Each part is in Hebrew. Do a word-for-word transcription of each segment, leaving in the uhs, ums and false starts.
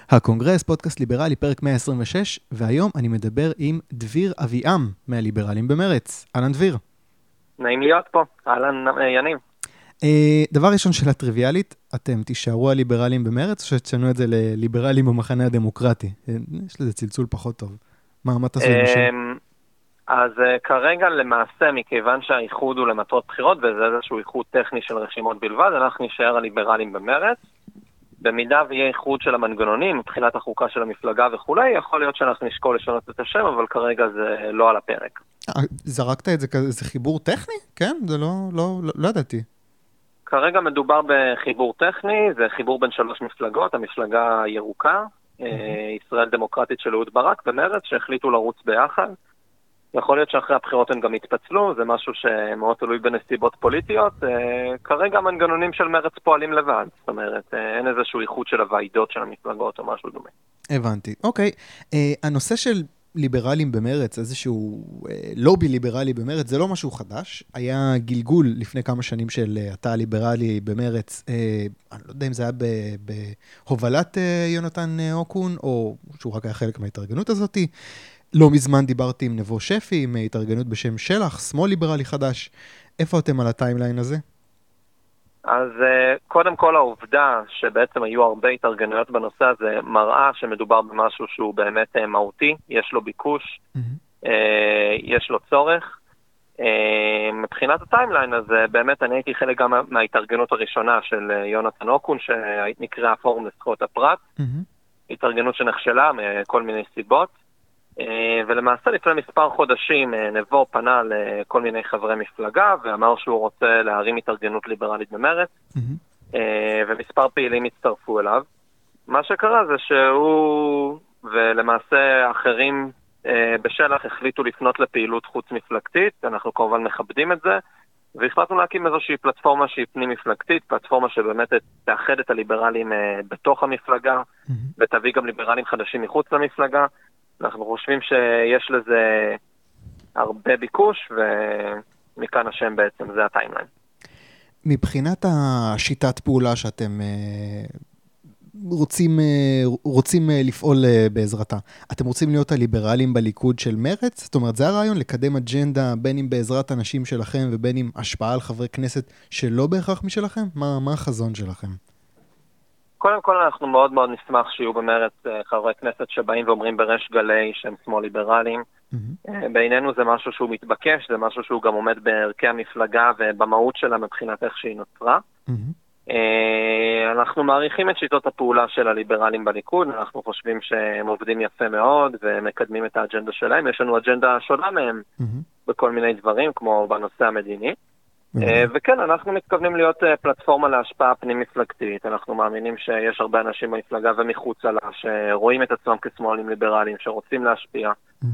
הקונגרס, פודקאסט ליברלי, פרק מאה עשרים ושש, והיום אני מדבר עם דביר אביעם מהליברלים במרץ. אהלן דביר. נעים להיות פה, אהלן יניב. דבר ראשון, שאלה טריוויאלית, אתם תישארו הליברלים במרץ, או שתשנו את זה לליברלים במחנה הדמוקרטי? יש לזה צלצול פחות טוב. מה, מה תעשו עם השם? אז כרגע למעשה, מכיוון שהאיחוד הוא למטרות בחירות, וזה איזשהו איחוד טכני של רשימות בלבד, אנחנו נשאר הליברלים במרץ. במידה ויהיה איחוד של המנגנונים, מבחינת החוקה של המפלגה וכולי, יכול להיות שאנחנו נשקול לשנות את השם, אבל כרגע זה לא על הפרק. זרקת את זה כזה חיבור טכני? כן? זה לא, לא, לא, לא ידעתי. כרגע מדובר בחיבור טכני, זה חיבור בין שלוש מפלגות, המפלגה הירוקה, ישראל דמוקרטית של אהוד ברק במרץ, שהחליטו לרוץ ביחד. יכול להיות שאחרי הבחירות הם גם התפצלו, זה משהו שמאוד תלוי בנסיבות פוליטיות. כרגע המנגנונים של מרץ פועלים לבד, זאת אומרת, אין איזשהו איחוד של הוועידות של המפלגות או משהו דומה. הבנתי, אוקיי. הנושא של ליברלים במרץ, איזשהו לובי ליברלי במרץ, זה לא משהו חדש. היה גלגול לפני כמה שנים של אתה ליברלי במרץ, אני לא יודע אם זה היה בהובלת יונתן אוקון, או שהוא רק היה חלק מההתארגנות הזאת. לא מזמן דיברתי עם נבו שפי, עם התארגנות בשם שלח, שמאל ליברלי חדש. איפה אתם על הטיימליין הזה? אז קודם כל העובדה שבעצם היו הרבה התארגנויות בנושא הזה, מראה שמדובר במשהו שהוא באמת מהותי, יש לו ביקוש, mm-hmm. יש לו צורך. מבחינת הטיימליין הזה, באמת אני הייתי חלק גם מההתארגנות הראשונה של יונתן אוקון, שנקרא הפורום לזכויות הפרט, mm-hmm. התארגנות שנכשלה מכל מיני סיבות. ולמעשה לפני מספר חודשים נבו פנה לכל מיני חברי מפלגה ואמר שהוא רוצה להרים התארגנות ליברלית במרץ, mm-hmm. ומספר פעילים הצטרפו אליו. מה שקרה זה שהוא ולמעשה אחרים בשלח החליטו לפנות לפעילות חוץ מפלגתית, אנחנו כמובן מכבדים את זה, והחלטנו להקים איזושהי פלטפורמה שהיא פנים מפלגתית, פלטפורמה שבאמת תאחד את הליברלים בתוך המפלגה, mm-hmm. ותביא גם ליברלים חדשים מחוץ למפלגה. אנחנו חושבים שיש לזה הרבה ביקוש, ומכאן השם בעצם, זה הטיימליין. מבחינת השיטת פעולה שאתם רוצים, רוצים לפעול בעזרתה, אתם רוצים להיות הליברלים בליכוד של מרץ? זאת אומרת, זה הרעיון לקדם אג'נדה בין אם בעזרת אנשים שלכם ובין אם השפעה על חברי כנסת שלא בהכרח משלכם? מה, מה החזון שלכם? קודם כל אנחנו מאוד מאוד נשמח שיהיו במרץ חברי כנסת שבאים ואומרים בריש גלי שהם שמאל ליברליים. Mm-hmm. בעינינו זה משהו שהוא מתבקש, זה משהו שהוא גם עומד בערכי המפלגה ובמהות שלה מבחינת איך שהיא נוצרה. Mm-hmm. אנחנו מעריכים את שיטות הפעולה של הליברלים בליכוד, אנחנו חושבים שהם עובדים יפה מאוד ומקדמים את האג'נדה שלהם. יש לנו אג'נדה שונה מהם mm-hmm. בכל מיני דברים, כמו בנושא המדיני. וכן, אנחנו מתכוונים להיות פלטפורמה להשפעה פנים מפלגתית. אנחנו מאמינים שיש הרבה אנשים במפלגה ומחוץ לה, שרואים את עצמם כשמאלים ליברליים, שרוצים להשפיע.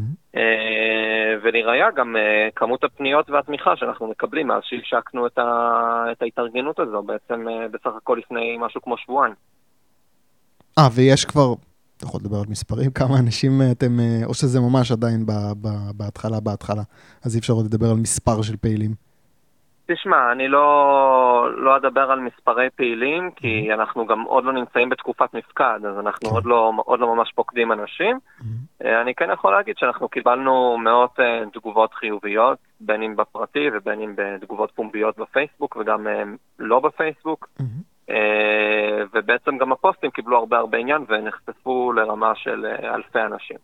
ולראיה גם כמות הפניות והתמיכה שאנחנו מקבלים מאז שהשקנו את ההתארגנות הזו, בעצם בסך הכל לפני משהו כמו שבועיים. אה, ויש כבר, אתה יכול לדבר על מספרים, כמה אנשים אתם, או שזה ממש עדיין בהתחלה, בהתחלה, אז אי אפשר עוד לדבר על מספר של פעילים. תשמע, אני לא, לא אדבר על מספרי פעילים, כי mm-hmm. אנחנו גם עוד לא נמצאים בתקופת מפקד, אז אנחנו okay. עוד, לא, עוד לא ממש פוקדים אנשים. Mm-hmm. אני כן יכול להגיד שאנחנו קיבלנו מאות uh, תגובות חיוביות, בין אם בפרטי ובין אם בתגובות פומביות בפייסבוק, וגם uh, לא בפייסבוק. Mm-hmm. Uh, ובעצם גם הפוסטים קיבלו הרבה הרבה עניין, ונחשפו לרמה של uh, אלפי אנשים.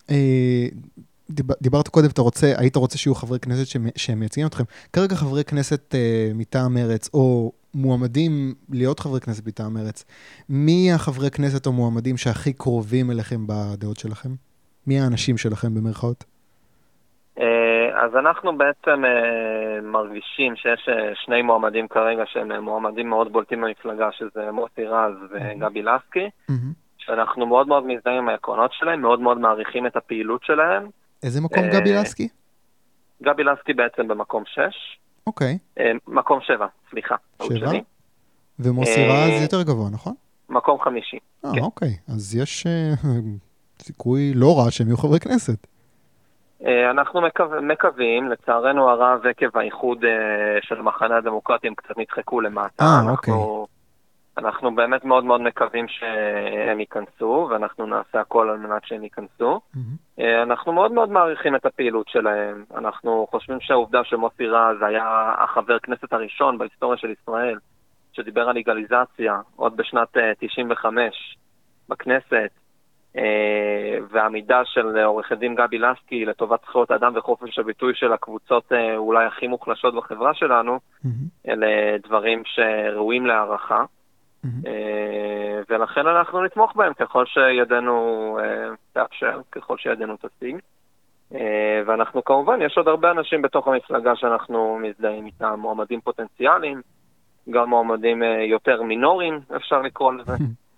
דיברת קודם, אתה רוצה, היית רוצה שיהיו חברי כנסת שהם מייצגים אתכם. כרגע חברי כנסת אה, מטעם מרץ, או מועמדים להיות חברי כנסת מטעם מרץ, מי החברי כנסת או מועמדים שהכי קרובים אליכם בדעות שלכם? מי האנשים שלכם במרכאות? אה, אז אנחנו בעצם אה, מרגישים שיש אה, שני מועמדים כרגע שהם אה, מועמדים מאוד בולטים במפלגה, שזה מוסי רז וגבי לסקי, mm-hmm. שאנחנו מאוד מאוד מזדהים עם העקרונות שלהם, מאוד מאוד מעריכים את הפעילות שלהם. איזה מקום גבי לסקי? גבי לסקי בעצם במקום שש. אוקיי. מקום שבע, סליחה. שבע? ומוסי רז יותר גבוה, נכון? מקום חמישי. אה, אוקיי. אז יש סיכוי לא רע שהם יהיו חברי כנסת. אנחנו מקווים, לצערנו הרב, עקב האיחוד של המחנה הדמוקרטי, הם קצת נדחקו למטה. אה, אוקיי. אנחנו באמת מאוד מאוד מקווים שהם ייכנסו, ואנחנו נעשה הכל על מנת שהם ייכנסו. Mm-hmm. אנחנו מאוד מאוד מעריכים את הפעילות שלהם. אנחנו חושבים שהעובדה שמוסי רז היה החבר כנסת הראשון בהיסטוריה של ישראל, שדיבר על לגליזציה עוד בשנת תשעים וחמש בכנסת, והעמידה של עורך הדין גבי לסקי לטובת זכויות האדם וחופש הביטוי של הקבוצות אולי הכי מוחלשות בחברה שלנו, mm-hmm. אלה דברים שראויים להערכה. Mm-hmm. ולכן אנחנו נתמוך בהם ככל שידנו תאפשר, ככל שידנו תשיג. ואנחנו כמובן, יש עוד הרבה אנשים בתוך המפלגה שאנחנו מזדהים איתם, מועמדים פוטנציאליים, גם מועמדים יותר מינוריים, אפשר לקרוא לזה.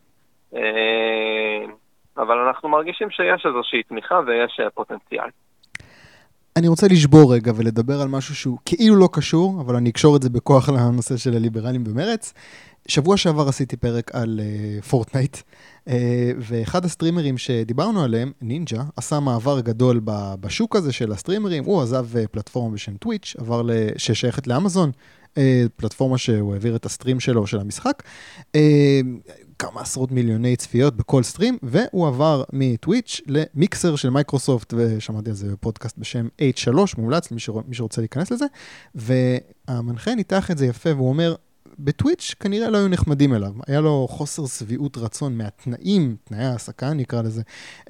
אבל אנחנו מרגישים שיש איזושהי תמיכה ויש פוטנציאל. אני רוצה לשבור רגע ולדבר על משהו שהוא כאילו לא קשור, אבל אני אקשור את זה בכוח לנושא של הליברלים במרץ. שבוע שעבר עשיתי פרק על פורטנייט, uh, uh, ואחד הסטרימרים שדיברנו עליהם, נינג'ה, עשה מעבר גדול בשוק הזה של הסטרימרים. הוא עזב uh, פלטפורמה בשם טוויץ', עבר ששייכת לאמזון, uh, פלטפורמה שהוא העביר את הסטרים שלו, של המשחק, uh, כמה עשרות מיליוני צפיות בכל סטרים, והוא עבר מטוויץ' למיקסר של מייקרוסופט, ושמעתי על זה בפודקאסט בשם אייץ' שלוש, מומלץ למי שרוצה להיכנס לזה, והמנחה ניתח את זה יפה, והוא אומר, בטוויץ' כנראה לא היו נחמדים אליו. היה לו חוסר סביעות רצון מהתנאים, תנאי העסקה נקרא לזה,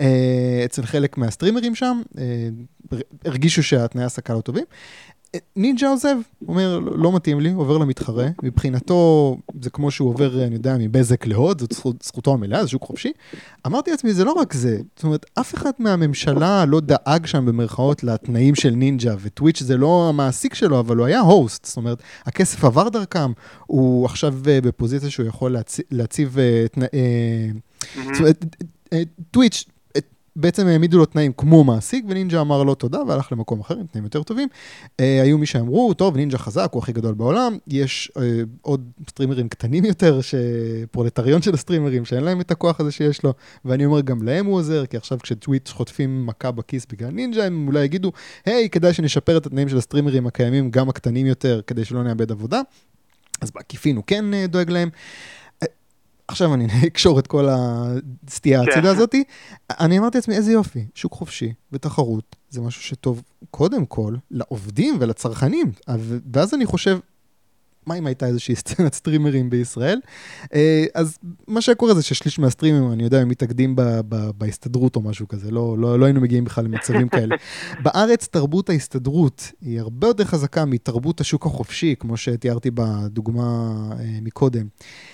אצל חלק מהסטרימרים שם, הרגישו שהתנאי העסקה לא טובים. נינג'ה עוזב, אומר, לא מתאים לי, עובר למתחרה, מבחינתו זה כמו שהוא עובר, אני יודע, מבזק להוד, זאת זכות, זכותו המלאה, זה שוק חופשי. אמרתי לעצמי, זה לא רק זה, זאת אומרת, אף אחד מהממשלה לא דאג שם במרכאות לתנאים של נינג'ה, וטוויץ' זה לא המעסיק שלו, אבל הוא היה הוסט, זאת אומרת, הכסף עבר דרכם, הוא עכשיו בפוזיציה שהוא יכול להציב, להציב תנאי, זאת אומרת, טוויץ', בעצם העמידו לו תנאים כמו מעסיק, ונינג'ה אמר לו תודה, והלך למקום אחר עם תנאים יותר טובים. אה, היו מי שאמרו, טוב, נינג'ה חזק, הוא הכי גדול בעולם, יש אה, עוד סטרימרים קטנים יותר, שפרולטריון של הסטרימרים, שאין להם את הכוח הזה שיש לו, ואני אומר, גם להם הוא עוזר, כי עכשיו כשטוויץ' חוטפים מכה בכיס בגלל נינג'ה, הם אולי יגידו, היי, כדאי שנשפר את התנאים של הסטרימרים הקיימים, גם הקטנים יותר, כדי שלא נאבד עבודה. אז בעקיפין הוא כן אה, דואג להם. עכשיו אני אקשור את כל הסטייה הצידה הזאת. אני אמרתי לעצמי, איזה יופי, שוק חופשי ותחרות, זה משהו שטוב קודם כל לעובדים ולצרכנים. ואז אני חושב, מה אם הייתה איזושהי סצנת סטרימרים בישראל? אז מה שקורה זה ששליש מהסטרימרים, אני יודע, הם מתאגדים בהסתדרות או משהו כזה, לא, לא, לא היינו מגיעים בכלל למצבים כאלה. בארץ תרבות ההסתדרות היא הרבה יותר חזקה מתרבות השוק החופשי, כמו שתיארתי בדוגמה מקודם.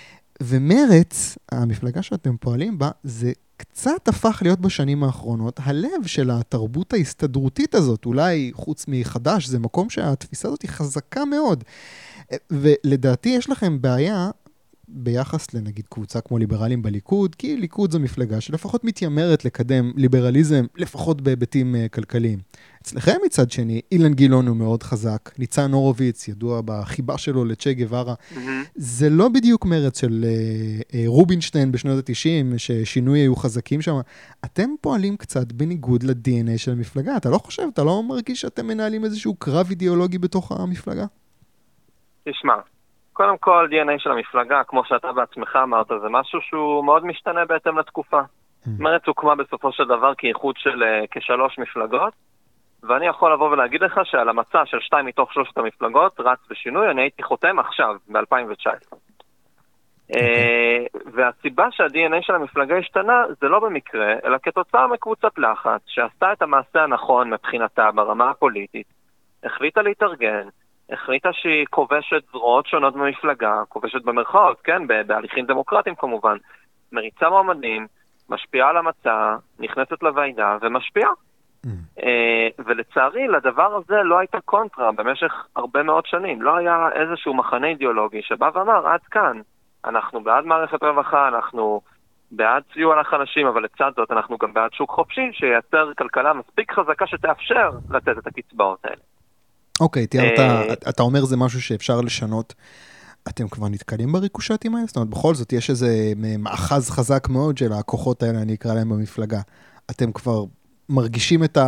ומרץ, המפלגה שאתם פועלים בה, זה קצת הפך להיות בשנים האחרונות, הלב של התרבות ההסתדרותית הזאת, אולי חוץ מחדש, זה מקום שהתפיסה הזאת היא חזקה מאוד. ולדעתי יש לכם בעיה ביחס לנגיד קבוצה כמו ליברלים בליכוד, כי ליכוד זו מפלגה שלפחות מתיימרת לקדם ליברליזם, לפחות בהיבטים כלכליים. אצלכם מצד שני, אילן גילאון הוא מאוד חזק, ניצן הורוביץ, ידוע בחיבה שלו לצ'ה גווארה, mm-hmm. זה לא בדיוק מרץ של uh, uh, רובינשטיין בשנות ה-תשעים, ששינוי היו חזקים שם. אתם פועלים קצת בניגוד ל-די אן איי של המפלגה, אתה לא חושב, אתה לא מרגיש שאתם מנהלים איזשהו קרב אידיאולוגי בתוך המפלגה? תשמע, קודם כל, די אן איי של המפלגה, כמו שאתה בעצמך אמרת, זה משהו שהוא מאוד משתנה בהתאם לתקופה. מרץ הוקמה בסופו של דבר כאיחוד של uh, כשלוש מפלגות, ואני יכול לבוא ולהגיד לך שעל המצע של שתיים מתוך שלושת המפלגות רץ בשינוי, אני הייתי חותם עכשיו, ב-אלפיים תשע עשרה. Okay. Uh, והסיבה שה-די אן איי של המפלגה השתנה, זה לא במקרה, אלא כתוצאה מקבוצת לחץ, שעשתה את המעשה הנכון מבחינתה ברמה הפוליטית, החליטה להתארגן, החליטה שהיא כובשת זרועות שונות במפלגה, כובשת במרכאות, כן, בהליכים דמוקרטיים כמובן, מריצה מועמדים, משפיעה על המצע, נכנסת לוועידה ומשפיעה. Mm. Uh, ולצערי, לדבר הזה לא הייתה קונטרה במשך הרבה מאוד שנים. לא היה איזשהו מחנה אידיאולוגי שבא ואמר, עד כאן, אנחנו בעד מערכת רווחה, אנחנו בעד סיוע לחלשים, אבל לצד זאת אנחנו גם בעד שוק חופשי, שייצר כלכלה מספיק חזקה שתאפשר לתת את הקצבאות האלה. אוקיי, תיארת, אתה אומר זה משהו שאפשר לשנות. אתם כבר נתקלים בריקושטים האלה? זאת אומרת, בכל זאת יש איזה מאחז חזק מאוד של הכוחות האלה, אני אקרא להם במפלגה. אתם כבר מרגישים את ה...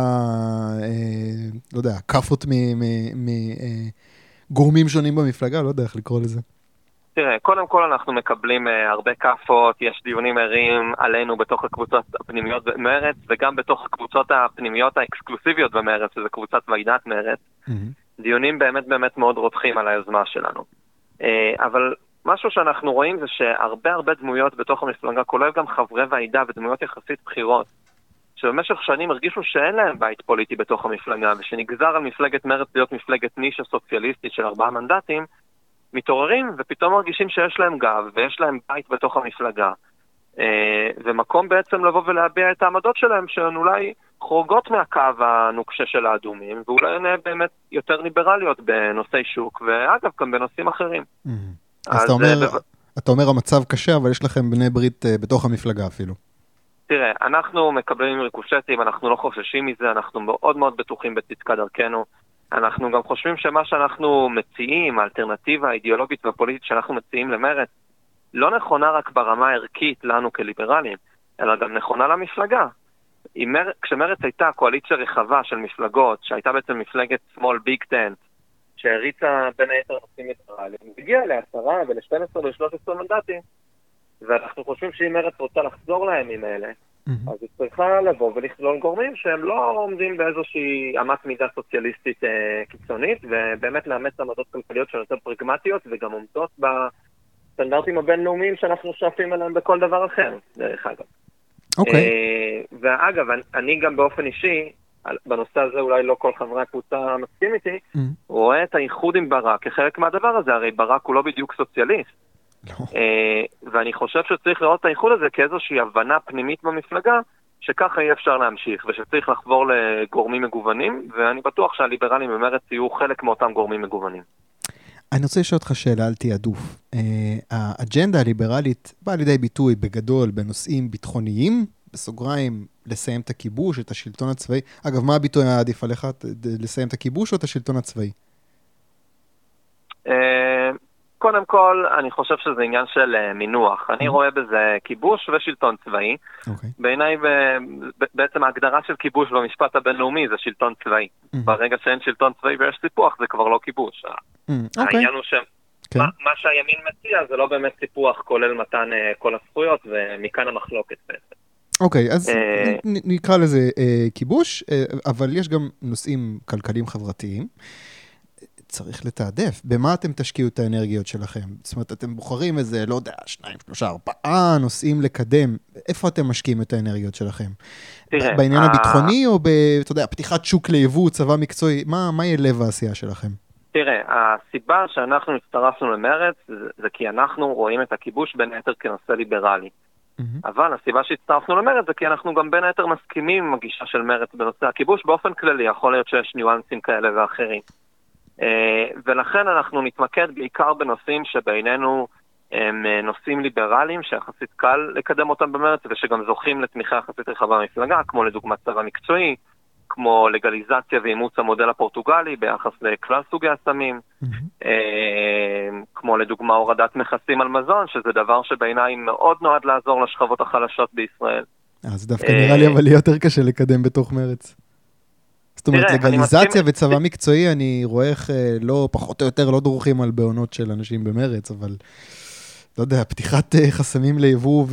לא יודע, כפות מגורמים שונים במפלגה? לא יודע איך לקרוא לזה. תראה, קודם כל אנחנו מקבלים uh, הרבה קפות, יש דיונים ערים עלינו בתוך הקבוצות הפנימיות במרץ, וגם בתוך הקבוצות הפנימיות האקסקלוסיביות במרץ, שזה קבוצת ועידת מרץ. Mm-hmm. דיונים באמת באמת מאוד רותחים על היוזמה שלנו. Uh, אבל משהו שאנחנו רואים זה שהרבה הרבה דמויות בתוך המפלגה, כולל גם חברי ועידה ודמויות יחסית בחירות, שבמשך שנים הרגישו שאין להם בית פוליטי בתוך המפלגה, ושנגזר על מפלגת מרץ להיות מפלגת נישה סוציאליסטית של ארבעה מנדטים, מתעוררים ופתאום מרגישים שיש להם גב ויש להם בית בתוך המפלגה. ומקום בעצם לבוא ולהביע את העמדות שלהם שהן אולי חורגות מהקו הנוקשה של האדומים, ואולי הן באמת יותר ליברליות בנושאי שוק, ואגב גם בנושאים אחרים. אז אתה אומר, אתה אומר המצב קשה, אבל יש לכם בני ברית בתוך המפלגה אפילו. תראה, אנחנו מקבלים ריקושטים, אנחנו לא חוששים מזה, אנחנו מאוד מאוד בטוחים בצדקת דרכנו. אנחנו גם חושבים שמה שאנחנו מציעים, האלטרנטיבה האידיאולוגית והפוליטית שאנחנו מציעים למרץ, לא נכונה רק ברמה הערכית לנו כליברלים, אלא גם נכונה למפלגה. מר... כשמרץ הייתה קואליציה רחבה של מפלגות, שהייתה בעצם מפלגת small big tent, שהריצה בין היתר נושאים ליברליים, הגיעה לעשרה ול-שתים עשרה ול-שלוש עשרה מנדטים, ואנחנו חושבים שאם מרץ רוצה לחזור לימים האלה, אז היא צריכה לבוא ולכלול גורמים שהם לא עומדים באיזושהי אמת מידה סוציאליסטית אה, קיצונית, ובאמת לאמץ עמדות כלכליות שהן יותר פרגמטיות וגם עומדות בסטנדרטים הבינלאומיים שאנחנו שואפים עליהם בכל דבר אחר, דרך אגב. אוקיי. Okay. אה, ואגב, אני, אני גם באופן אישי, בנושא הזה אולי לא כל חברי הקבוצה מסכים איתי, mm-hmm. רואה את האיחוד עם ברק כחלק מהדבר הזה, הרי ברק הוא לא בדיוק סוציאליסט. לא. ואני חושב שצריך לראות את האיחוד הזה כאיזושהי הבנה פנימית במפלגה, שככה יהיה אפשר להמשיך, ושצריך לחבור לגורמים מגוונים, ואני בטוח שהליברלים במרץ יהיו חלק מאותם גורמים מגוונים. אני רוצה לשאול אותך שאלה על תיעדוף. האג'נדה הליברלית באה לידי ביטוי בגדול בנושאים ביטחוניים, בסוגריים לסיים את הכיבוש, את השלטון הצבאי. אגב, מה הביטוי העדיף עליך? לסיים את הכיבוש או את השלטון הצבאי? קודם כל, אני חושב שזה עניין של מינוח. אני רואה בזה כיבוש ושלטון צבאי. בעיניי, בעצם ההגדרה של כיבוש במשפט הבינלאומי זה שלטון צבאי. ברגע שאין שלטון צבאי ויש סיפוח, זה כבר לא כיבוש. העניין הוא שמה שהימין מציע זה לא באמת סיפוח כולל מתן כל הזכויות, ומכאן המחלוקת בעצם. אוקיי, אז נקרא לזה כיבוש, אבל יש גם נושאים כלכליים חברתיים. צריך לתעדף. במה אתם תשקיעו את האנרגיות שלכם? זאת אומרת, אתם בוחרים איזה, לא יודע, שניים, שלושה, ארבעה נושאים לקדם. איפה אתם משקיעים את האנרגיות שלכם? תראה, בעניין הביטחוני או ב, אתה יודע, פתיחת שוק ליבוא, צבא מקצועי? מה, מה יהיה לב העשייה שלכם? תראה, הסיבה שאנחנו הצטרפנו למרץ, זה, זה כי אנחנו רואים את הכיבוש בין היתר כנושא ליברלי. Mm-hmm. אבל הסיבה שהצטרפנו למרץ זה כי אנחנו גם בין היתר מסכימים עם הגישה של מרץ בנושא הכיבוש, באופן כללי, יכול להיות שיש ניואנסים כאלה ואחרים. ולכן אנחנו נתמקד בעיקר בנושאים שבינינו הם נושאים ליברליים שיחסית קל לקדם אותם במרץ ושגם זוכים לתמיכה יחסית רחבה במפלגה, כמו לדוגמת צבא מקצועי, כמו לגליזציה ואימוץ המודל הפורטוגלי ביחס לכלל סוגי הסמים, mm-hmm. כמו לדוגמה הורדת מכסים על מזון, שזה דבר שבעיניי מאוד נועד לעזור לשכבות החלשות בישראל. אז דווקא נראה לי אבל יותר קשה לקדם בתוך מרץ. זאת אומרת, לגליזציה וצבא מקצועי, אני רואה איך לא, פחות או יותר לא דורכים על בעונות של אנשים במרץ, אבל לא יודע, פתיחת חסמים ליבוא,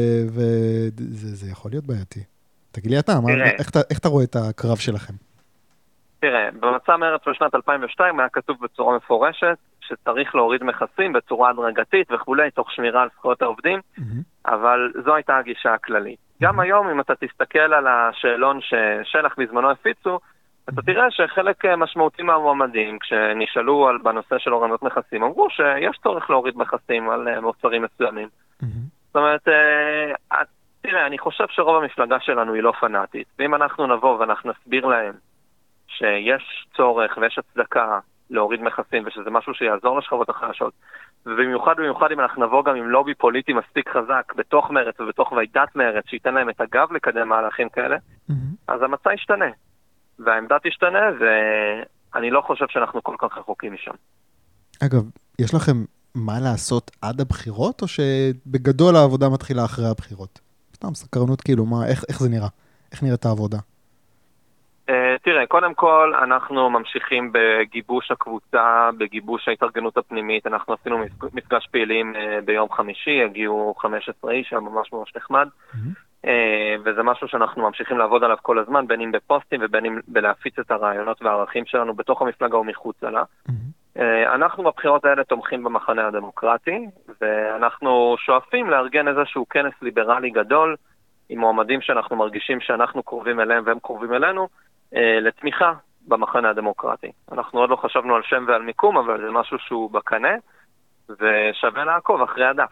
וזה יכול להיות בעייתי. תגיד לי אתה, איך אתה רואה את הקרב שלכם? תראה, במצע מרץ בשנת אלפיים ושתיים היה כתוב בצורה מפורשת, שצריך להוריד מכסים בצורה הדרגתית וכולי, תוך שמירה על זכויות העובדים, אבל זו הייתה הגישה הכללית. גם היום, אם אתה תסתכל על השאלון ששלח בזמנו הפיצו, אתה תראה שחלק משמעותי מהמועמדים, כשנשאלו על, בנושא של הורדת מכסים, אמרו שיש צורך להוריד מכסים על מוצרים מסוימים. זאת אומרת, תראה, אני חושב שרוב המפלגה שלנו היא לא פנאטית, ואם אנחנו נבוא ואנחנו נסביר להם שיש צורך ויש הצדקה להוריד מכסים, ושזה משהו שיעזור לשכבות החלשות, ובמיוחד במיוחד אם אנחנו נבוא גם עם לובי פוליטי מספיק חזק בתוך מרץ ובתוך ועידת מרץ, שייתן להם את הגב לקדם מהלכים כאלה, אז המצע ישתנה. והעמדה תשתנה, ואני לא חושב שאנחנו כל כך רחוקים משם. אגב, יש לכם מה לעשות עד הבחירות, או שבגדול העבודה מתחילה אחרי הבחירות? סתם סקרנות כאילו, מה, איך, איך זה נראה? איך נראית העבודה? Uh, תראה, תראה, קודם כל אנחנו ממשיכים בגיבוש הקבוצה, בגיבוש ההתארגנות הפנימית, אנחנו עשינו מפגש פעילים ביום חמישי, הגיעו חמישה עשר איש, ממש ממש נחמד, mm-hmm. וזה משהו שאנחנו ממשיכים לעבוד עליו כל הזמן, בין אם בפוסטים ובין אם בלהפיץ את הרעיונות והערכים שלנו בתוך המפלגה ומחוץ לה. Mm-hmm. אנחנו בבחירות האלה תומכים במחנה הדמוקרטי, ואנחנו שואפים לארגן איזשהו כנס ליברלי גדול, עם מועמדים שאנחנו מרגישים שאנחנו קרובים אליהם והם קרובים אלינו, לתמיכה במחנה הדמוקרטי. אנחנו עוד לא חשבנו על שם ועל מיקום, אבל זה משהו שהוא בקנה, ושווה לעקוב אחרי הדף.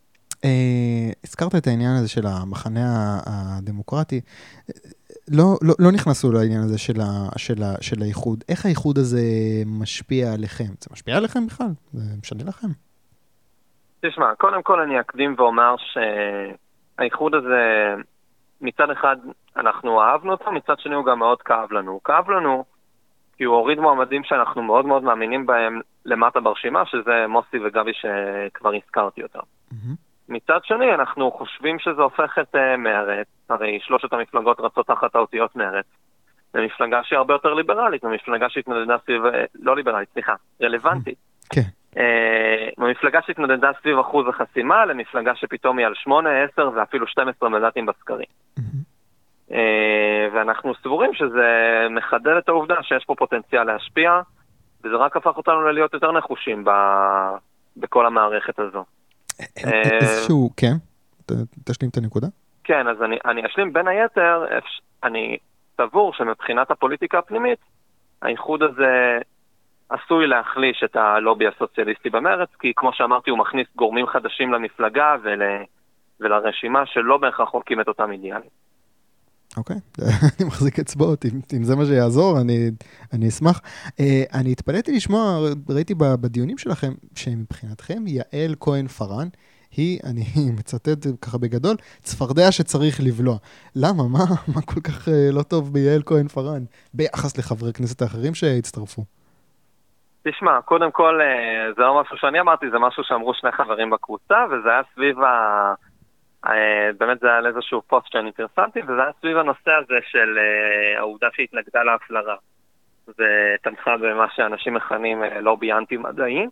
הזכרת את העניין הזה של המחנה הדמוקרטי, לא, לא, לא נכנסו לעניין הזה של, ה, של, ה, של האיחוד. איך האיחוד הזה משפיע עליכם? זה משפיע עליכם בכלל? זה משנה לכם? תשמע, קודם כל אני אקדים ואומר שהאיחוד הזה, מצד אחד אנחנו אהבנו אותו, מצד שני הוא גם מאוד כאב לנו. הוא כאב לנו כי הוא הוריד מועמדים שאנחנו מאוד מאוד מאמינים בהם למטה ברשימה, שזה מוסי וגבי שכבר הזכרתי אותם. Mm-hmm. מצד שני, אנחנו חושבים שזה הופך את uh, מרץ, הרי שלושת המפלגות רצות תחת האותיות מרץ, למפלגה שהיא הרבה יותר ליברלית, למפלגה שהתנדדה סביב, לא ליברלית, סליחה, רלוונטית. כן. Uh, למפלגה שהתנדדה סביב אחוז החסימה, למפלגה שפתאום היא על שמונה, עשר ואפילו שתים עשרה מנדטים בסקרים. Uh, ואנחנו סבורים שזה מחדד את העובדה שיש פה פוטנציאל להשפיע, וזה רק הפך אותנו להיות יותר נחושים ב... בכל המערכת הזו. איזשהו, כן? תשלים את הנקודה? כן, אז אני, אני אשלים בין היתר, אני סבור שמבחינת הפוליטיקה הפנימית, האיחוד הזה עשוי להחליש את הלובי הסוציאליסטי במרץ, כי כמו שאמרתי, הוא מכניס גורמים חדשים למפלגה ול, ולרשימה שלא בהכרח חולקים את אותם אידיאלים. אוקיי, אני מחזיק אצבעות, אם זה מה שיעזור, אני, אני אשמח. אני התפלאתי לשמוע, ראיתי בדיונים שלכם, שמבחינתכם יעל כהן פארן, היא, אני מצטט ככה בגדול, צפרדע שצריך לבלוע. למה? מה, מה כל כך לא טוב ביעל כהן פארן, ביחס לחברי כנסת האחרים שהצטרפו? תשמע, קודם כל, זה לא משהו שאני אמרתי, זה משהו שאמרו שני חברים בקבוצה, וזה היה סביב ה... באמת זה היה על איזשהו פוסט שאני פרסמתי, וזה היה סביב הנושא הזה של העובדה שהתנגדה להפלרה. ותמכה במה שאנשים מכנים לובי אנטי-מדעי.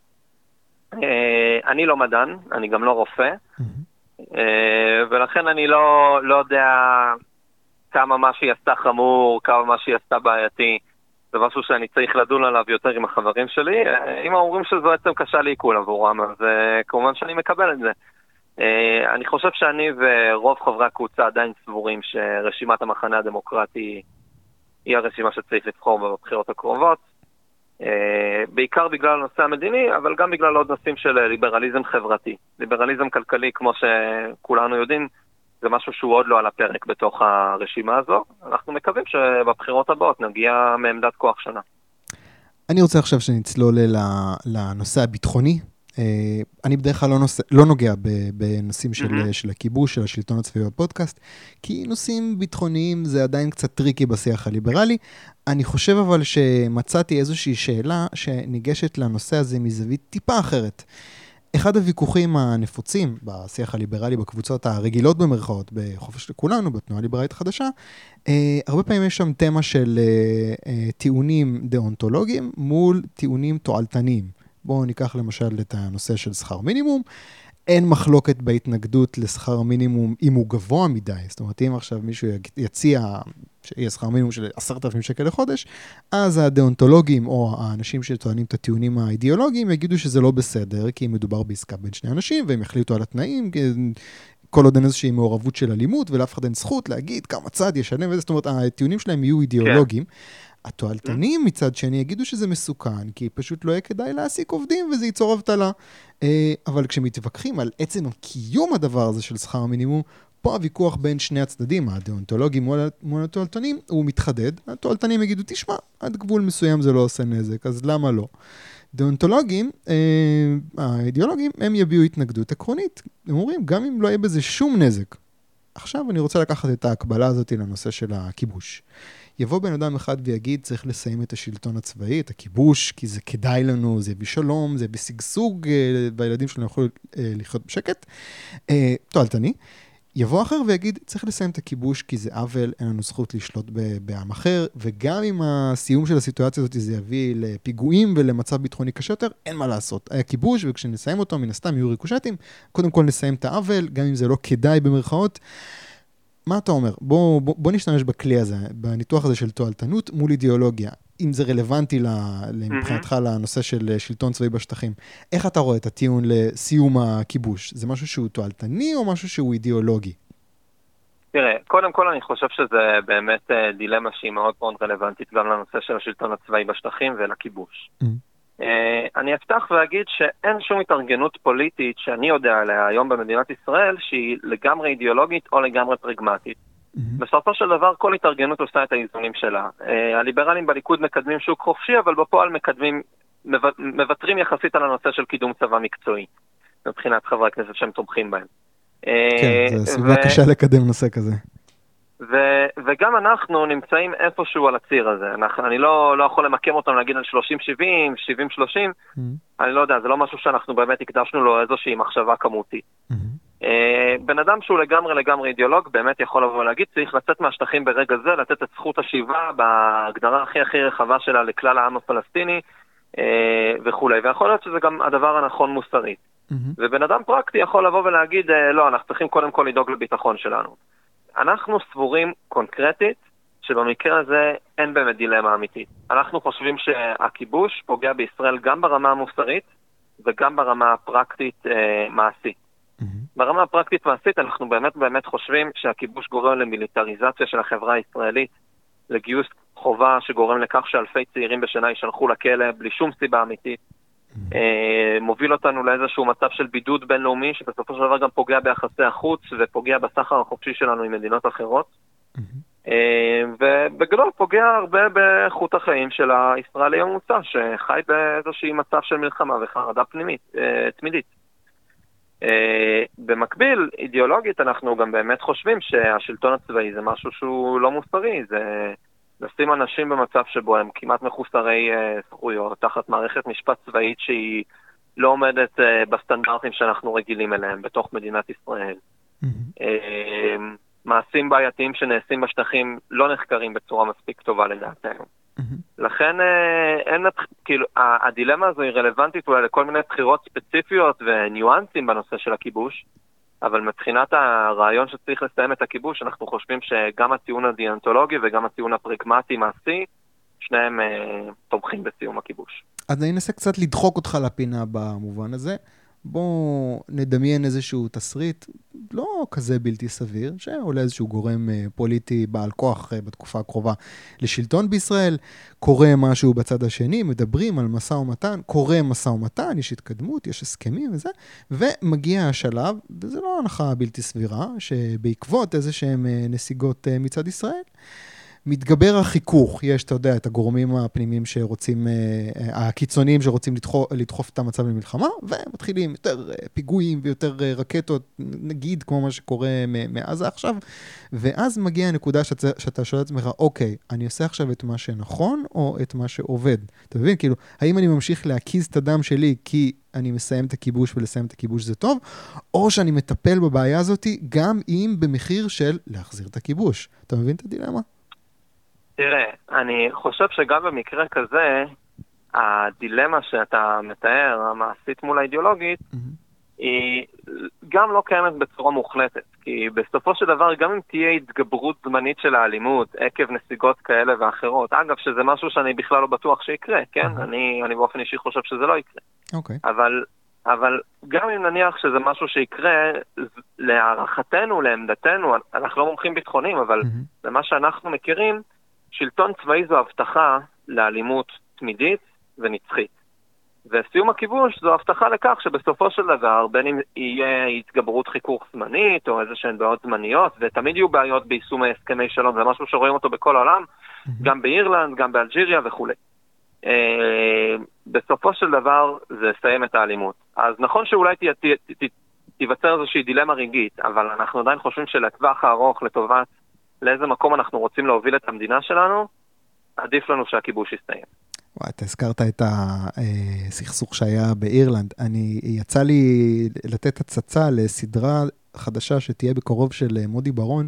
אני לא מדען, אני גם לא רופא, ולכן אני לא, לא יודע כמה מה שהיא עשתה חמור, כמה מה שהיא עשתה בעייתי. זה משהו שאני צריך לדון עליו יותר עם החברים שלי. אם אומרים שזו בעצם קשה לעיכול עבורם, אז כמובן שאני מקבל את זה. אני חושב שאני ורוב חברי הקבוצה עדיין סבורים שרשימת המחנה הדמוקרטי היא הרשימה שצריך לבחור בבחירות הקרובות, בעיקר בגלל הנושא המדיני, אבל גם בגלל עוד נושאים של ליברליזם חברתי. ליברליזם כלכלי, כמו שכולנו יודעים, זה משהו שהוא עוד לא על הפרק בתוך הרשימה הזו. אנחנו מקווים שבבחירות הבאות נגיע מעמדת כוח שונה. אני רוצה עכשיו שנצלול לנושא הביטחוני. אני בדרך כלל לא, נושא, לא נוגע בנושאים של, mm-hmm. של הכיבוש, של השלטון הצבאי בפודקאסט, כי נושאים ביטחוניים זה עדיין קצת טריקי בשיח הליברלי. אני חושב אבל שמצאתי איזושהי שאלה שניגשת לנושא הזה מזווית טיפה אחרת. אחד הוויכוחים הנפוצים בשיח הליברלי, בקבוצות הרגילות במרכאות, בחופש לכולנו, בתנועה הליברלית החדשה, הרבה פעמים יש שם תמה של טיעונים דאונטולוגיים מול טיעונים תועלתניים. בואו ניקח למשל את הנושא של שכר מינימום. אין מחלוקת בהתנגדות לשכר מינימום אם הוא גבוה מדי. זאת אומרת, אם עכשיו מישהו יציע שיהיה שכר מינימום של עשרת אלפים שקל לחודש, אז הדאונטולוגים או האנשים שטוענים את הטיעונים האידיאולוגיים יגידו שזה לא בסדר, כי מדובר בעסקה בין שני אנשים, והם יחליטו על התנאים, כל עוד אין איזושהי מעורבות של אלימות, ולאף אחד אין זכות להגיד כמה צד ישלם, וזה, זאת אומרת, הטיעונים שלהם יהיו אידיאולוגיים. התועלתנים מצד שני יגידו שזה מסוכן, כי פשוט לא יהיה כדאי להעסיק עובדים, וזה ייצור אבטלה. אבל כשמתווכחים על עצם קיום הדבר הזה של שכר מינימום, פה הוויכוח בין שני הצדדים, הדאונטולוגים מול התועלתנים, הוא מתחדד. התועלתנים יגידו, תשמע, עד גבול מסוים זה לא עושה נזק, אז למה לא? דאונטולוגים, האידיאולוגים, הם יביאו התנגדות עקרונית. הם אומרים, גם אם לא יהיה בזה שום נזק. עכשיו אני רוצה לקחת את ההקבלה הזאת לנושא של הכיבוש. יבוא בן אדם אחד ויגיד, צריך לסיים את השלטון הצבאי, את הכיבוש, כי זה כדאי לנו, זה בשלום, זה בשגשוג, והילדים שלנו יכולו לחיות בשקט. תועלתני. יבוא אחר ויגיד, צריך לסיים את הכיבוש כי זה עוול, אין לנו זכות לשלוט בעם אחר, וגם אם הסיום של הסיטואציה הזאת זה יביא לפיגועים ולמצב ביטחוני קשה יותר, אין מה לעשות. היה כיבוש, וכשנסיים אותו, מן הסתם יהיו ריקושטים, קודם כל נסיים את העוול, גם אם זה לא כדאי במרכאות. מה אתה אומר? בוא, בוא, בוא נשתמש בכלי הזה, בניתוח הזה של תועלתנות מול אידיאולוגיה. אם זה רלוונטי מבחינתך לנושא של שלטון צבאי בשטחים, איך אתה רואה את הטיעון לסיום הכיבוש? זה משהו שהוא תועלתני או משהו שהוא אידיאולוגי? תראה, קודם כל אני חושב שזה באמת דילמה שהיא מאוד מאוד רלוונטית גם לנושא של השלטון הצבאי בשטחים ולכיבוש. אני אפתח ואגיד שאין שום התארגנות פוליטית שאני יודע עליה היום במדינת ישראל שהיא לגמרי אידיאולוגית או לגמרי פרגמטית. בסופו של דבר כל התארגנות עושה את האיזונים שלה. הליברלים בליכוד מקדמים שוק חופשי, אבל בפועל מקדמים, מבטרים יחסית על הנושא של קידום צבא מקצועי, מבחינת חברי הכנסת שהם תומכים בהם. כן, זה סביבה קשה לקדם נושא כזה. ו- וגם אנחנו נמצאים איפשהו על הציר הזה. אנחנו, אני לא, לא יכול למקם אותם להגיד על שלושים שבעים, שבעים שלושים, mm-hmm. אני לא יודע, זה לא משהו שאנחנו באמת הקדשנו לו איזושהי מחשבה כמותית. Mm-hmm. Uh, בן אדם שהוא לגמרי לגמרי אידיאולוג, באמת יכול לבוא להגיד, צריך לצאת מהשטחים ברגע זה, לתת את זכות השיבה בהגדרה הכי הכי רחבה שלה לכלל העם הפלסטיני uh, וכו'. ויכול להיות שזה גם הדבר הנכון מוסרית. Mm-hmm. ובן אדם פרקטי יכול לבוא ולהגיד, uh, לא, אנחנו צריכים קודם כל לדאוג לביטחון שלנו. אנחנו סבורים קונקרטית שבמקרה הזה אין באמת דילמה אמיתית. אנחנו חושבים שהכיבוש פוגע בישראל גם ברמה המוסרית וגם ברמה הפרקטית אה, מעשית. Mm-hmm. ברמה הפרקטית מעשית אנחנו באמת באמת חושבים שהכיבוש גורם למיליטריזציה של החברה הישראלית, לגיוס חובה שגורם לכך שאלפי צעירים בשנה יישלחו לכלא בלי שום סיבה אמיתית. Mm-hmm. אה, מוביל אותנו לאיזשהו מצב של בידוד בינלאומי שבסופו של דבר גם פוגע ביחסי החוץ ופוגע בסחר החופשי שלנו עם מדינות אחרות. Mm-hmm. אה, ובגדול פוגע הרבה באיכות החיים של הישראלי הממוצע שחי באיזשהו מצב של מלחמה וחרדה פנימית, אה, תמידית. אה, במקביל, אידיאולוגית אנחנו גם באמת חושבים שהשלטון הצבאי זה משהו שהוא לא מוסרי, זה לשים אנשים במצב שבו הם כמעט מחוסרי uh, זכויות, תחת מערכת משפט צבאית שהיא לא עומדת uh, בסטנדרטים שאנחנו רגילים אליהם בתוך מדינת ישראל. Mm-hmm. Uh, מעשים בעייתיים שנעשים בשטחים לא נחקרים בצורה מספיק טובה לדעתנו. Mm-hmm. לכן uh, אין, כאילו, הדילמה הזו היא רלוונטית אולי לכל מיני בחירות ספציפיות וניואנסים בנושא של הכיבוש, אבל מבחינת הרעיון שצריך לסיים את הכיבוש, אנחנו חושבים שגם הטיעון הדיאנטולוגי וגם הטיעון הפרגמטי מעשי, שניהם אה, תומכים בסיום הכיבוש. אז אני אנסה קצת לדחוק אותך לפינה במובן הזה. בואו נדמיין איזשהו תסריט, לא כזה בלתי סביר, שעולה איזשהו גורם פוליטי בעל כוח בתקופה הקרובה לשלטון בישראל, קורה משהו בצד השני, מדברים על מסע ומתן, קורה מסע ומתן, יש התקדמות, יש הסכמים וזה, ומגיע השלב, וזה לא הנחה בלתי סבירה, שבעקבות איזה שהם נסיגות מצד ישראל, מתגבר החיכוך, יש, אתה יודע, את הגורמים הפנימיים שרוצים, הקיצוניים שרוצים לדחוף, לדחוף את המצב למלחמה, ומתחילים יותר פיגועים ויותר רקטות, נגיד כמו מה שקורה מעזה עכשיו, ואז מגיעה הנקודה שאתה, שאתה שואל את עצמך, אוקיי, אני עושה עכשיו את מה שנכון, או את מה שעובד? אתה מבין? כאילו, האם אני ממשיך להקיז את הדם שלי, כי אני מסיים את הכיבוש, ולסיים את הכיבוש זה טוב, או שאני מטפל בבעיה הזאת, גם אם במחיר של להחזיר את הכיבוש. אתה מבין את הדילמה? תראה, אני חושב שגם במקרה כזה, הדילמה שאתה מתאר, המעשית מול האידיאולוגית, mm-hmm. היא גם לא קיימת בצורה מוחלטת. כי בסופו של דבר, גם אם תהיה התגברות זמנית של האלימות, עקב נסיגות כאלה ואחרות, אגב, שזה משהו שאני בכלל לא בטוח שיקרה, כן? Mm-hmm. אני, אני באופן אישי חושב שזה לא יקרה. אוקיי. Okay. אבל, אבל גם אם נניח שזה משהו שיקרה, להערכתנו, לעמדתנו, אנחנו לא מומחים ביטחוניים, אבל mm-hmm. למה שאנחנו מכירים, שלטון צבאי זו הבטחה לאלימות תמידית ונצחית. וסיום הכיבוש זו הבטחה לכך שבסופו של דבר, בין אם יהיה התגברות חיכוך זמנית או איזה שהן בעיות זמניות, ותמיד יהיו בעיות ביישום הסכמי שלום, זה משהו שרואים אותו בכל העולם, mm-hmm. גם באירלנד, גם באלג'יריה וכו'. אה, בסופו של דבר זה סיים את האלימות. אז נכון שאולי ת, ת, ת, ת, תיווצר איזושהי דילמה רגעית, אבל אנחנו עדיין חושבים שלטווח הארוך לטובת לאיזה מקום אנחנו רוצים להוביל את המדינה שלנו, עדיף לנו שהכיבוש יסתיים. וואי, אתה הזכרת את הסכסוך שהיה באירלנד. אני, יצא לי לתת הצצה לסדרה חדשה שתהיה בקרוב של מודי ברון,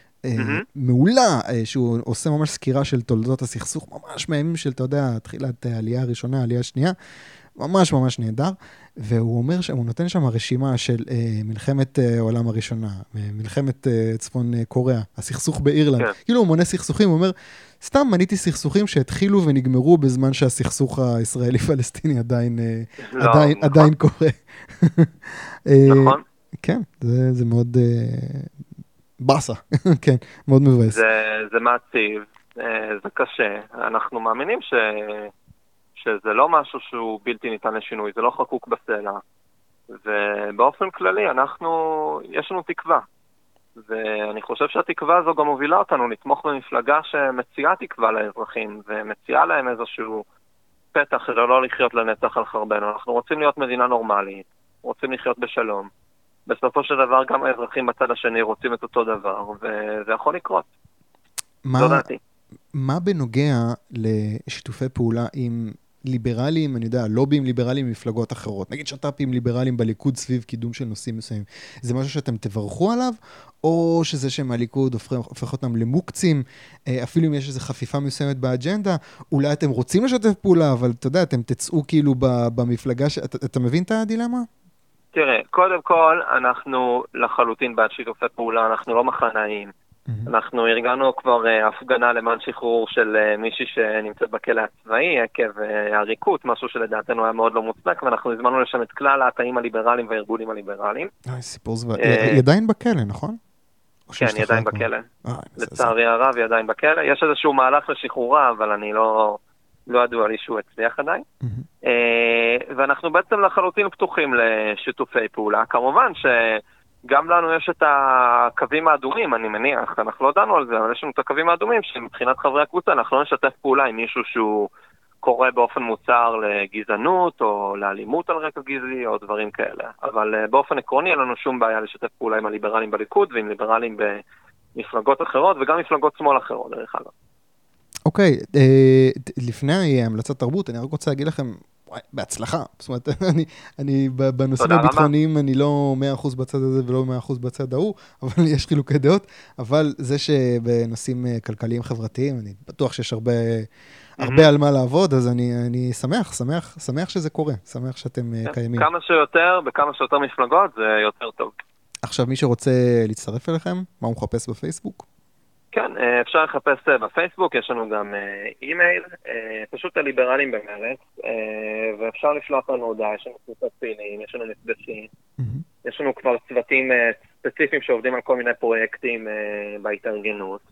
מעולה, שהוא עושה ממש סקירה של תולדות הסכסוך, ממש מהימים של, אתה יודע, תחילת העלייה הראשונה, העלייה השנייה, ממש ממש נהדר, והוא אומר שהוא נותן שם רשימה של מלחמת העולם הראשונה, מלחמת צפון קוריאה, הסכסוך באירלנד, כאילו הוא מונה סכסוכים, הוא אומר, סתם מניתי סכסוכים שהתחילו ונגמרו בזמן שהסכסוך הישראלי-פלסטיני עדיין, עדיין, עדיין קורה. נכון. כן, זה, זה מאוד בסה, כן, מאוד מבאס. זה, זה מעציב, זה קשה. אנחנו מאמינים ש, שזה לא משהו שהוא בלתי ניתן לשינוי, זה לא חקוק בסלע. ובאופן כללי, אנחנו, יש לנו תקווה. ואני חושב שהתקווה הזו גם מובילה אותנו לתמוך במפלגה שמציעה תקווה לאזרחים, ומציעה להם איזשהו פתח כדי לא לחיות לנצח על חרבנו. אנחנו רוצים להיות מדינה נורמלית, רוצים לחיות בשלום. בסופו של דבר גם האזרחים בצד השני רוצים את אותו דבר, וזה יכול לקרות. מה, מה בנוגע לשיתופי פעולה עם ליברלים, אני יודע, לובים ליברלים ממפלגות אחרות? נגיד שטאפים ליברלים בליכוד סביב קידום של נושאים מסוימים. זה משהו שאתם תברכו עליו, או שזה שמהליכוד הופך אותם למוקצים, אפילו אם יש איזו חפיפה מסוימת באג'נדה, אולי אתם רוצים לשתף פעולה, אבל אתה יודע, אתם תצאו כאילו במפלגה, ש... אתה, אתה מבין את הדילמה? תראה, קודם כל, אנחנו לחלוטין בעד שיתופי פעולה, אנחנו לא מחנאים. Mm-hmm. אנחנו ארגנו כבר uh, הפגנה למען שחרור של uh, מישהי שנמצאת בכלא הצבאי, עקב uh, הריקות, משהו שלדעתנו היה מאוד לא מוצדק, ואנחנו הזמנו לשם את כלל התאים הליברליים והארגונים הליברליים. אה, סיפור זווה. היא עדיין בכלא, נכון? כן, היא עדיין בכלא. לצערי הרב, היא עדיין בכלא. יש איזשהו מהלך לשחרורה, אבל אני לא... לא ידוע לי שהוא הצליח עדיין. Mm-hmm. ואנחנו בעצם לחלוטין פתוחים לשיתופי פעולה. כמובן שגם לנו יש את הקווים האדומים, אני מניח, אנחנו לא דנו על זה, אבל יש לנו את הקווים האדומים שמבחינת חברי הקבוצה אנחנו לא נשתף פעולה עם מישהו שהוא קורא באופן מוצר לגזענות או לאלימות על רקע גזעי או דברים כאלה. אבל באופן עקרוני אין לנו שום בעיה לשתף פעולה עם הליברלים בליכוד ועם ליברלים במפלגות אחרות וגם מפלגות שמאל אחרות, דרך אגב. אוקיי, לפני המלצת תרבות, אני רק רוצה להגיד לכם, בהצלחה. זאת אומרת, אני, אני בנושאים הביטחוניים, אני לא מאה אחוז בצד הזה ולא מאה אחוז בצד ההוא, אבל יש חילוקי דעות, אבל זה שבנושאים כלכליים חברתיים, אני בטוח שיש הרבה, הרבה על מה לעבוד, אז אני, אני שמח, שמח, שמח שזה קורה, שמח שאתם קיימים. כמה שיותר, בכמה שיותר מפלגות, זה יותר טוב. עכשיו, מי שרוצה להצטרף אליכם, מה הוא מחפש בפייסבוק? כן, אפשר לחפש בפייסבוק, יש לנו גם אימייל, פשוט הליברלים במרץ, ואפשר לשלוח לנו הודעה, יש לנו קבוצות פעילים, יש לנו מפגשים, יש לנו כבר צוותים ספציפיים שעובדים על כל מיני פרויקטים בהתארגנות,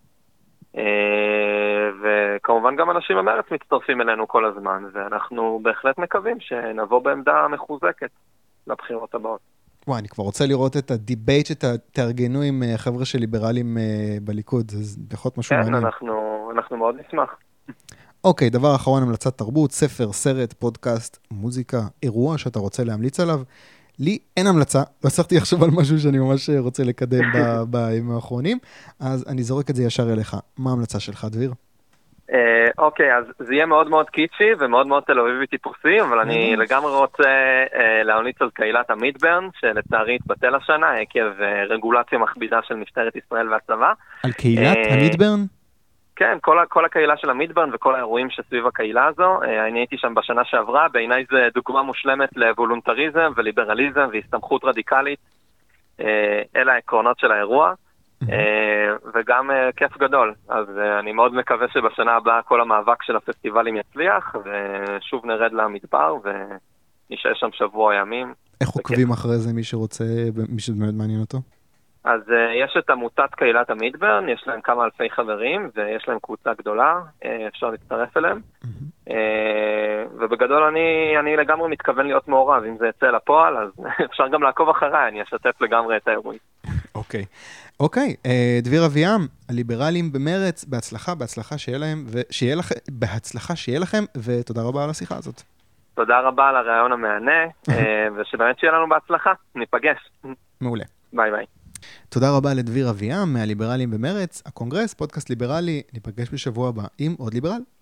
וכמובן גם אנשים במרץ מצטרפים אלינו כל הזמן, ואנחנו בהחלט מקווים שנבוא בעמדה מחוזקת לבחירות הבאות. וואי, אני כבר רוצה לראות את הדיבייט שתארגנו עם חבר'ה של ליברלים בליכוד, זה יכול להיות משהו מעניין. כן, אנחנו, אנחנו מאוד נשמח. אוקיי, דבר אחרון, המלצת תרבות, ספר, סרט, פודקאסט, מוזיקה, אירוע שאתה רוצה להמליץ עליו. לי אין המלצה, לא הצלחתי לחשוב על משהו שאני ממש רוצה לקדם בימים האחרונים, אז אני זורק את זה ישר אליך. מה ההמלצה שלך, דביר? אוקיי, אז זה יהיה מאוד מאוד קיצ'י ומאוד מאוד תל אביבי טיפוסי, אבל אני לגמרי רוצה להמליץ על קהילת המידברן, שלצערי התבטל השנה, עקב רגולציה מכבידה של משטרת ישראל והצבא. על קהילת המידברן? כן, כל, כל הקהילה של המידברן וכל האירועים שסביב הקהילה הזו, אני הייתי שם בשנה שעברה, בעיניי זה דוגמה מושלמת לוולונטריזם וליברליזם והסתמכות רדיקלית, אלה העקרונות של האירוע. וגם כיף גדול, אז אני מאוד מקווה שבשנה הבאה כל המאבק של הפסטיבלים יצליח, ושוב נרד למדבר ונשאר שם שבוע ימים. איך עוקבים אחרי זה מי שרוצה, מי שבאמת מעניין אותו? אז יש את עמותת קהילת המידברן, יש להם כמה אלפי חברים, ויש להם קבוצה גדולה, אפשר להצטרף אליהם. ובגדול אני, אני לגמרי מתכוון להיות מעורב, אם זה יצא לפועל, אז אפשר גם לעקוב אחריי, אני אשתף לגמרי את האירועים. אוקיי. אוקיי, דביר אביעם, הליברלים במרץ, בהצלחה, בהצלחה שיהיה להם, ושיהיה לכם, בהצלחה שיהיה לכם, ותודה רבה על השיחה הזאת. תודה רבה על הרעיון המענה, ושבאמת שיהיה לנו בהצלחה, ניפגש. מעולה. ביי ביי. תודה רבה לדביר אביעם, מהליברלים במרץ, הקונגרס, פודקאסט ליברלי, ניפגש בשבוע הבא עם עוד ליברל.